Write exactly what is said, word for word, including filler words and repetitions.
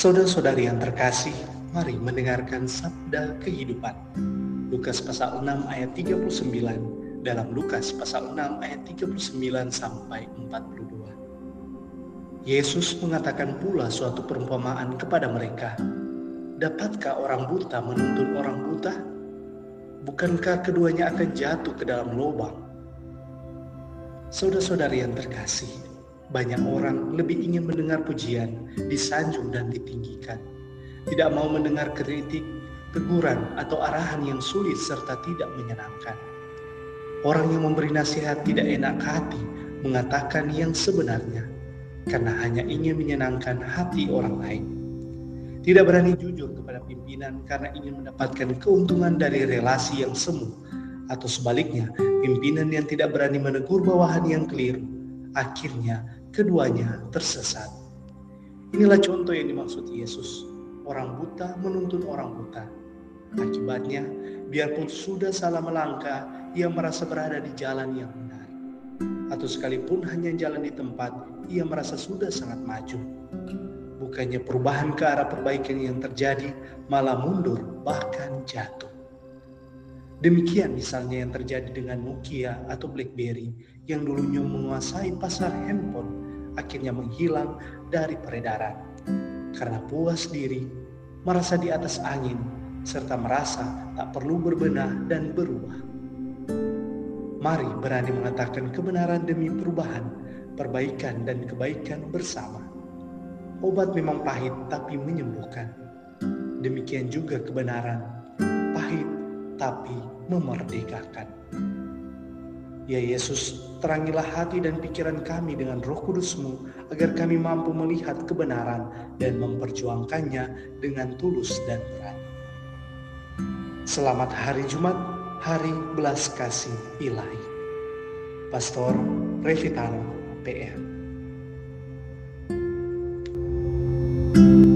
Saudara-saudari yang terkasih, mari mendengarkan sabda kehidupan. Lukas pasal enam ayat tiga puluh sembilan, dalam Lukas pasal enam ayat tiga puluh sembilan sampai empat puluh dua. Yesus mengatakan pula suatu perumpamaan kepada mereka. Dapatkah orang buta menuntun orang buta? Bukankah keduanya akan jatuh ke dalam lubang? Saudara-saudari yang terkasih, banyak orang lebih ingin mendengar pujian, disanjung dan ditinggikan. Tidak mau mendengar kritik, teguran, atau arahan yang sulit serta tidak menyenangkan. Orang yang memberi nasihat tidak enak hati mengatakan yang sebenarnya, karena hanya ingin menyenangkan hati orang lain. Tidak berani jujur kepada pimpinan karena ingin mendapatkan keuntungan dari relasi yang semu, atau sebaliknya, pimpinan yang tidak berani menegur bawahan yang keliru. Akhirnya, keduanya tersesat. Inilah contoh yang dimaksud Yesus. Orang buta menuntun orang buta. Akibatnya, biarpun sudah salah melangkah, ia merasa berada di jalan yang benar. Atau sekalipun hanya jalan di tempat, ia merasa sudah sangat maju. Bukannya perubahan ke arah perbaikan yang terjadi, malah mundur bahkan jatuh. Demikian misalnya yang terjadi dengan Nokia atau BlackBerry yang dulunya menguasai pasar handphone, akhirnya menghilang dari peredaran. Karena puas diri, merasa di atas angin, serta merasa tak perlu berbenah dan berubah. Mari berani mengatakan kebenaran demi perubahan, perbaikan dan kebaikan bersama. Obat memang pahit tapi menyembuhkan. Demikian juga kebenaran, pahit tapi memerdekakan. Ya Yesus, terangilah hati dan pikiran kami dengan Roh Kudus-Mu agar kami mampu melihat kebenaran dan memperjuangkannya dengan tulus dan berani. Selamat hari Jumat, hari belas kasih Ilahi. Pastor Revitano, P R.